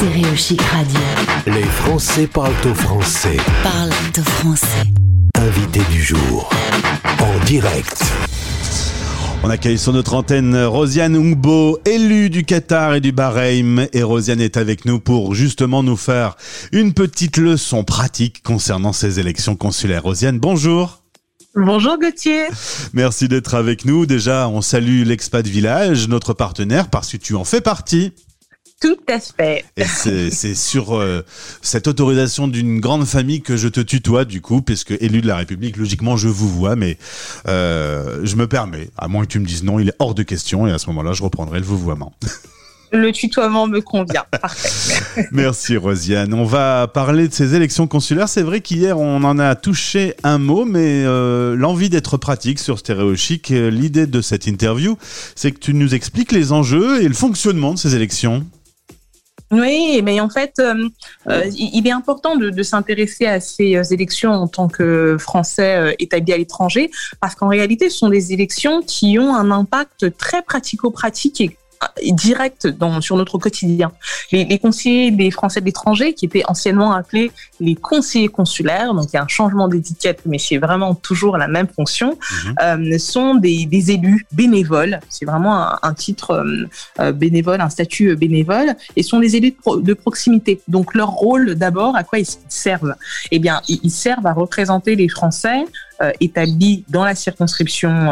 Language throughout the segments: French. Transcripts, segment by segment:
Stéréo Chic Radio. Les Français parlent au français. Parlent au français. Invité du jour. En direct. On accueille sur notre antenne Rosiane Ungbo, élue du Qatar et du Bahreïn. Et Rosiane est avec nous pour justement nous faire une petite leçon pratique concernant ces élections consulaires. Rosiane, bonjour. Bonjour Gauthier. Merci d'être avec nous. Déjà, on salue l'Expat Village, notre partenaire, parce que tu en fais partie. Tout à fait. Et c'est sur cette autorisation d'une grande famille que je te tutoie, du coup, puisque élu de la République, logiquement, je vous vois, mais je me permets, à moins que tu me dises non, il est hors de question, et à ce moment-là, je reprendrai le vouvoiement. Le tutoiement me convient. Parfait. Merci Rosiane. On va parler de ces élections consulaires. C'est vrai qu'hier, on en a touché un mot, mais l'envie d'être pratique sur Stéréo Chic, l'idée de cette interview, c'est que tu nous expliques les enjeux et le fonctionnement de ces élections. Oui, mais en fait, il est important de s'intéresser à ces élections en tant que Français établis à l'étranger, parce qu'en réalité, ce sont des élections qui ont un impact très pratico-pratique et direct sur notre quotidien. Les conseillers des Français de l'étranger, qui étaient anciennement appelés les conseillers consulaires, donc il y a un changement d'étiquette, mais c'est vraiment toujours la même fonction, sont des élus bénévoles. C'est vraiment un titre bénévole, un statut bénévole, et sont des élus de proximité. Donc leur rôle, d'abord, à quoi ils servent ? Eh bien, ils servent à représenter les Français établis dans la circonscription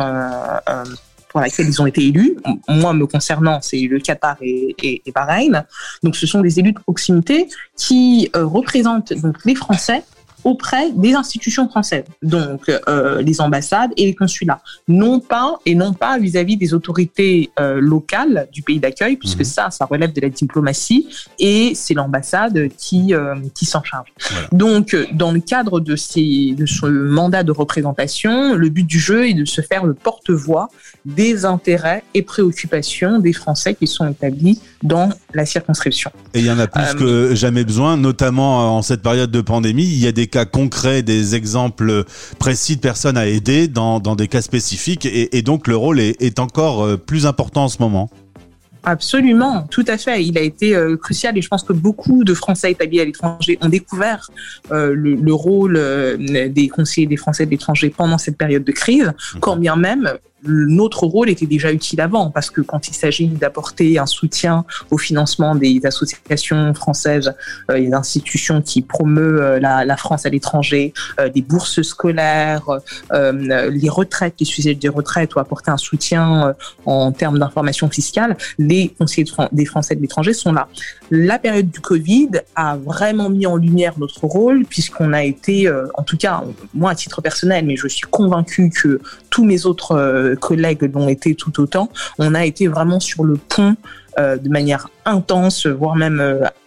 pour laquelle ils ont été élus. Moi, me concernant, c'est le Qatar et Bahreïn. Donc, ce sont des élus de proximité qui représentent donc les Français auprès des institutions françaises, donc les ambassades et les consulats, non pas vis-à-vis des autorités locales du pays d'accueil, puisque ça relève de la diplomatie et c'est l'ambassade qui s'en charge. Voilà. Donc, dans le cadre de ce mandat de représentation, le but du jeu est de se faire le porte-voix des intérêts et préoccupations des Français qui sont établis dans la circonscription. Et il y en a plus que jamais besoin, notamment en cette période de pandémie. Il y a des cas concrets, des exemples précis de personnes à aider dans des cas spécifiques, et donc le rôle est encore plus important en ce moment. Absolument, tout à fait. Il a été crucial, et je pense que beaucoup de Français établis à l'étranger ont découvert le rôle des conseillers des Français de l'étranger pendant cette période de crise, quand bien même notre rôle était déjà utile avant, parce que quand il s'agit d'apporter un soutien au financement des associations françaises, les institutions qui promeuvent la France à l'étranger, des bourses scolaires, les retraites, les sujets des retraites, ou apporter un soutien en termes d'information fiscale, les conseillers des Français de l'étranger sont là. La période du Covid a vraiment mis en lumière notre rôle, puisqu'on a été, en tout cas, moi à titre personnel, mais je suis convaincue que tous mes autres collègues l'ont été tout autant, on a été vraiment sur le pont de manière intense, voire même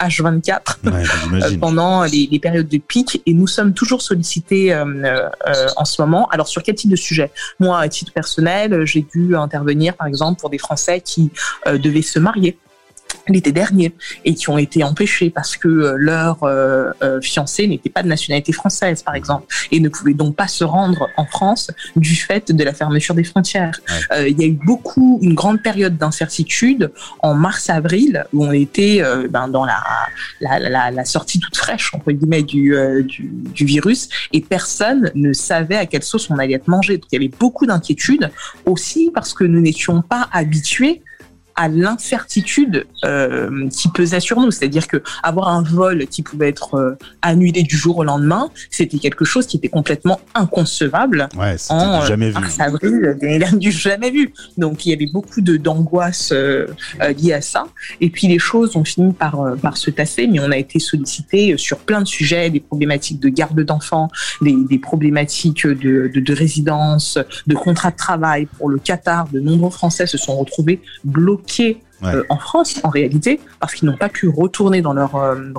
H24 pendant les périodes de pic, et nous sommes toujours sollicités en ce moment. Alors sur quel type de sujet ? Moi, à titre personnel, j'ai dû intervenir par exemple pour des Français qui devaient se marier l'été dernier et qui ont été empêchés parce que leur fiancé n'était pas de nationalité française, par exemple, et ne pouvait donc pas se rendre en France du fait de la fermeture des frontières. Il y a eu une grande période d'incertitude en mars-avril, où on était dans la sortie toute fraîche, entre guillemets, du virus, et personne ne savait à quelle sauce on allait être mangé. Donc il y avait beaucoup d'inquiétudes, aussi parce que nous n'étions pas habitués à l'incertitude qui pesait sur nous. C'est-à-dire que avoir un vol qui pouvait être annulé du jour au lendemain, c'était quelque chose qui était complètement inconcevable. Ouais, c'était jamais vu. Mars, avril, du jamais vu. Donc il y avait beaucoup d'angoisse liées à ça. Et puis les choses ont fini par se tasser, mais on a été sollicité sur plein de sujets, des problématiques de garde d'enfants, des problématiques de résidence, de contrat de travail. Pour le Qatar, de nombreux Français se sont retrouvés bloqués en France, en réalité, parce qu'ils n'ont pas pu retourner dans leur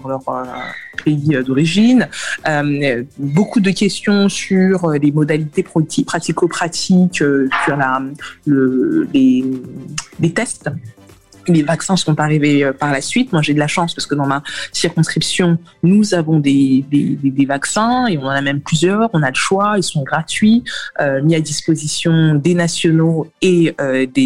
pays d'origine. Beaucoup de questions sur les modalités pratico-pratiques, sur les tests Les vaccins sont arrivés par la suite. Moi, j'ai de la chance parce que dans ma circonscription, nous avons des vaccins et on en a même plusieurs. On a le choix, ils sont gratuits, mis à disposition des nationaux et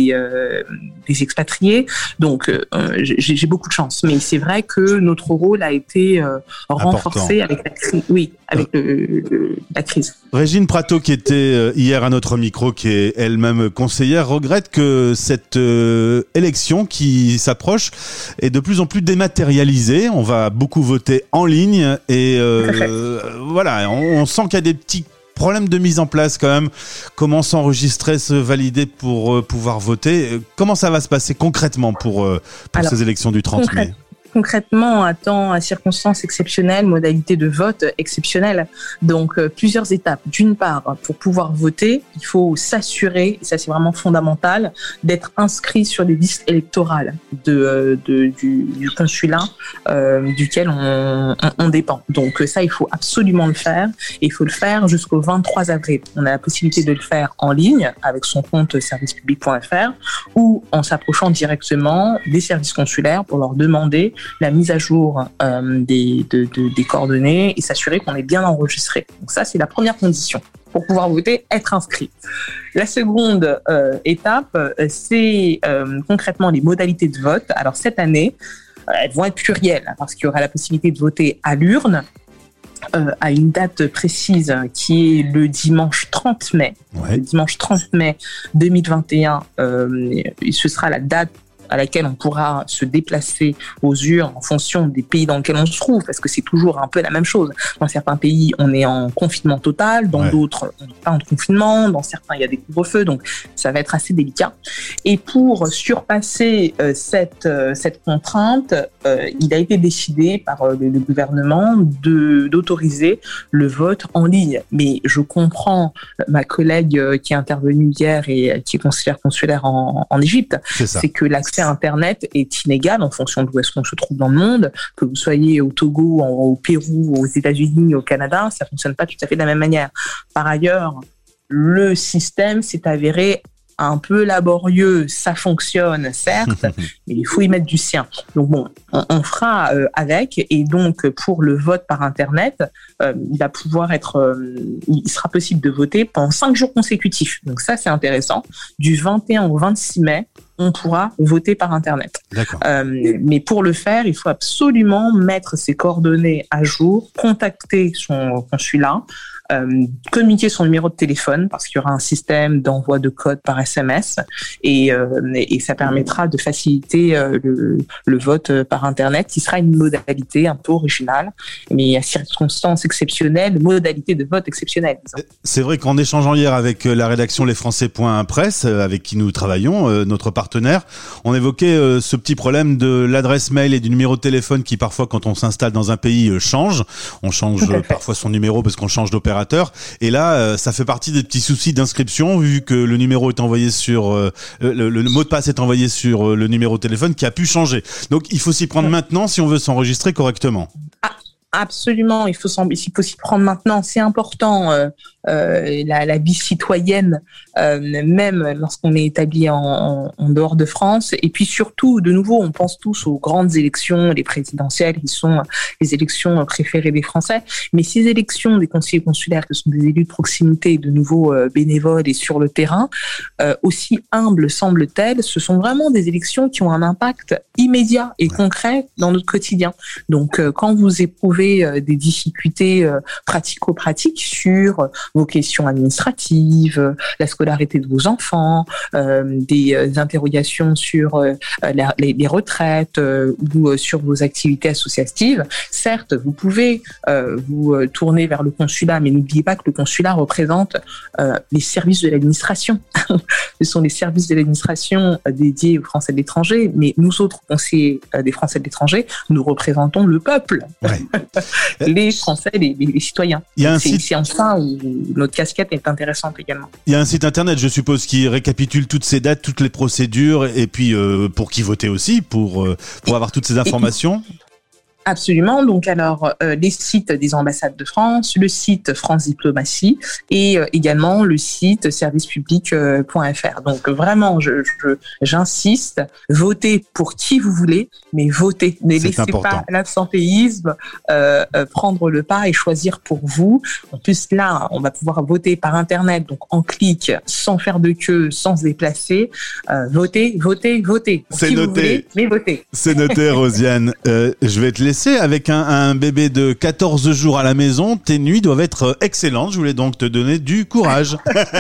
des expatriés. Donc, j'ai beaucoup de chance. Mais c'est vrai que notre rôle a été renforcé avec la crise. Oui, avec la crise. Régine Prato, qui était hier à notre micro, qui est elle-même conseillère, regrette que cette élection qui s'approche est de plus en plus dématérialisée. On va beaucoup voter en ligne et voilà, on sent qu'il y a des petits problèmes de mise en place quand même. Comment s'enregistrer, se valider pour pouvoir voter? Comment ça va se passer concrètement pour ces élections du 30 mai? Concrètement, à temps, à circonstances exceptionnelles, modalité de vote exceptionnelle. Donc, plusieurs étapes. D'une part, pour pouvoir voter, il faut s'assurer, et ça c'est vraiment fondamental, d'être inscrit sur les listes électorales du consulat duquel on dépend. Donc ça, il faut absolument le faire. Et il faut le faire jusqu'au 23 avril. On a la possibilité de le faire en ligne avec son compte servicepublic.fr ou en s'approchant directement des services consulaires pour leur demander la mise à jour des coordonnées et s'assurer qu'on est bien enregistré. Donc ça, c'est la première condition pour pouvoir voter, être inscrit. La seconde étape, c'est concrètement les modalités de vote. Alors cette année, elles vont être plurielles parce qu'il y aura la possibilité de voter à l'urne, à une date précise qui est le dimanche 30 mai. Ouais. Le dimanche 30 mai 2021, ce sera la date à laquelle on pourra se déplacer aux urnes en fonction des pays dans lesquels on se trouve, parce que c'est toujours un peu la même chose. Dans certains pays, on est en confinement total, dans d'autres, on n'est pas en confinement, dans certains, il y a des couvre-feux, donc ça va être assez délicat. Et pour surpasser cette contrainte, il a été décidé par le gouvernement d'autoriser le vote en ligne. Mais je comprends ma collègue qui est intervenue hier et qui est conseillère consulaire en Égypte, c'est que l'accès à Internet est inégal en fonction d'où est-ce qu'on se trouve dans le monde. Que vous soyez au Togo, au Pérou, aux États-Unis, au Canada, ça fonctionne pas tout à fait de la même manière. Par ailleurs, le système s'est avéré un peu laborieux, ça fonctionne certes, mais il faut y mettre du sien. Donc bon, on fera avec, et donc pour le vote par Internet, il sera possible de voter pendant 5 jours consécutifs. Donc ça, c'est intéressant. Du 21 au 26 mai, on pourra voter par Internet. Mais pour le faire, il faut absolument mettre ses coordonnées à jour, contacter son consulat, communiquer son numéro de téléphone parce qu'il y aura un système d'envoi de code par SMS et ça permettra de faciliter le vote par Internet, qui sera une modalité un peu originale, mais à circonstances exceptionnelles, modalité de vote exceptionnelle. C'est vrai qu'en échangeant hier avec la rédaction lesfrançais.press, avec qui nous travaillons, notre partenaire, on évoquait ce petit problème de l'adresse mail et du numéro de téléphone qui parfois, quand on s'installe dans un pays, change. On change parfois son numéro parce qu'on change d'opérateur. Et là, ça fait partie des petits soucis d'inscription, vu que le numéro est envoyé sur le mot de passe est envoyé sur le numéro de téléphone qui a pu changer. Donc, il faut s'y prendre maintenant si on veut s'enregistrer correctement. Absolument, il faut s'y prendre maintenant. C'est important, la vie citoyenne, même lorsqu'on est établi en dehors de France. Et puis surtout, de nouveau, on pense tous aux grandes élections, les présidentielles, qui sont les élections préférées des Français. Mais ces élections des conseillers consulaires, qui sont des élus de proximité, de nouveau bénévoles et sur le terrain, aussi humbles semble-t-elle, ce sont vraiment des élections qui ont un impact immédiat et concret dans notre quotidien. Donc, quand vous éprouvez des difficultés pratico-pratiques sur vos questions administratives, la scolarité de vos enfants, des interrogations sur les retraites ou sur vos activités associatives. Certes, vous pouvez vous tourner vers le consulat, mais n'oubliez pas que le consulat représente les services de l'administration. Ce sont les services de l'administration dédiés aux Français de l'étranger, mais nous autres conseillers des Français de l'étranger, nous représentons le peuple. Ouais. Les Français, les citoyens. C'est en ça où notre casquette est intéressante également. Il y a un site internet, je suppose, qui récapitule toutes ces dates, toutes les procédures, et puis pour qui voter aussi, pour avoir toutes ces informations. Absolument. Donc, alors, les sites des ambassades de France, le site France Diplomatie et également le site servicepublic.fr. Donc, vraiment, j'insiste, votez pour qui vous voulez, mais votez. Ne laissez pas l'absentéisme prendre le pas et choisir pour vous. En plus, là, on va pouvoir voter par Internet, donc en clic, sans faire de queue, sans se déplacer. Votez. C'est noté. Voulez, mais votez. C'est noté, Rosiane. Je vais te laisser avec un bébé de 14 jours à la maison. Tes nuits doivent être excellentes. Je voulais donc te donner du courage.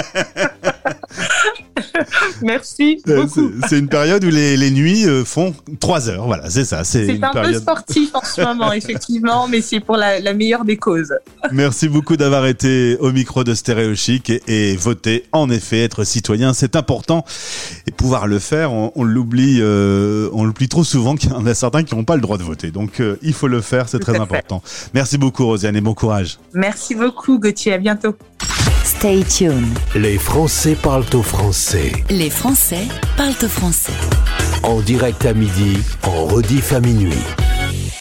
Merci beaucoup. C'est une période où les nuits font 3 heures. Voilà, c'est ça. C'est un peu sportif en ce moment, effectivement, mais c'est pour la meilleure des causes. Merci beaucoup d'avoir été au micro de Stéréo Chic et voter. En effet, être citoyen, c'est important. Et pouvoir le faire, on l'oublie trop souvent qu'il y en a certains qui n'ont pas le droit de voter. Donc, il faut le faire, c'est très important. Merci beaucoup, Rosiane, et bon courage. Merci beaucoup, Gauthier. À bientôt. Stay tuned. Les Français parlent au français. Les Français parlent au français. En direct à midi, en rediff à minuit.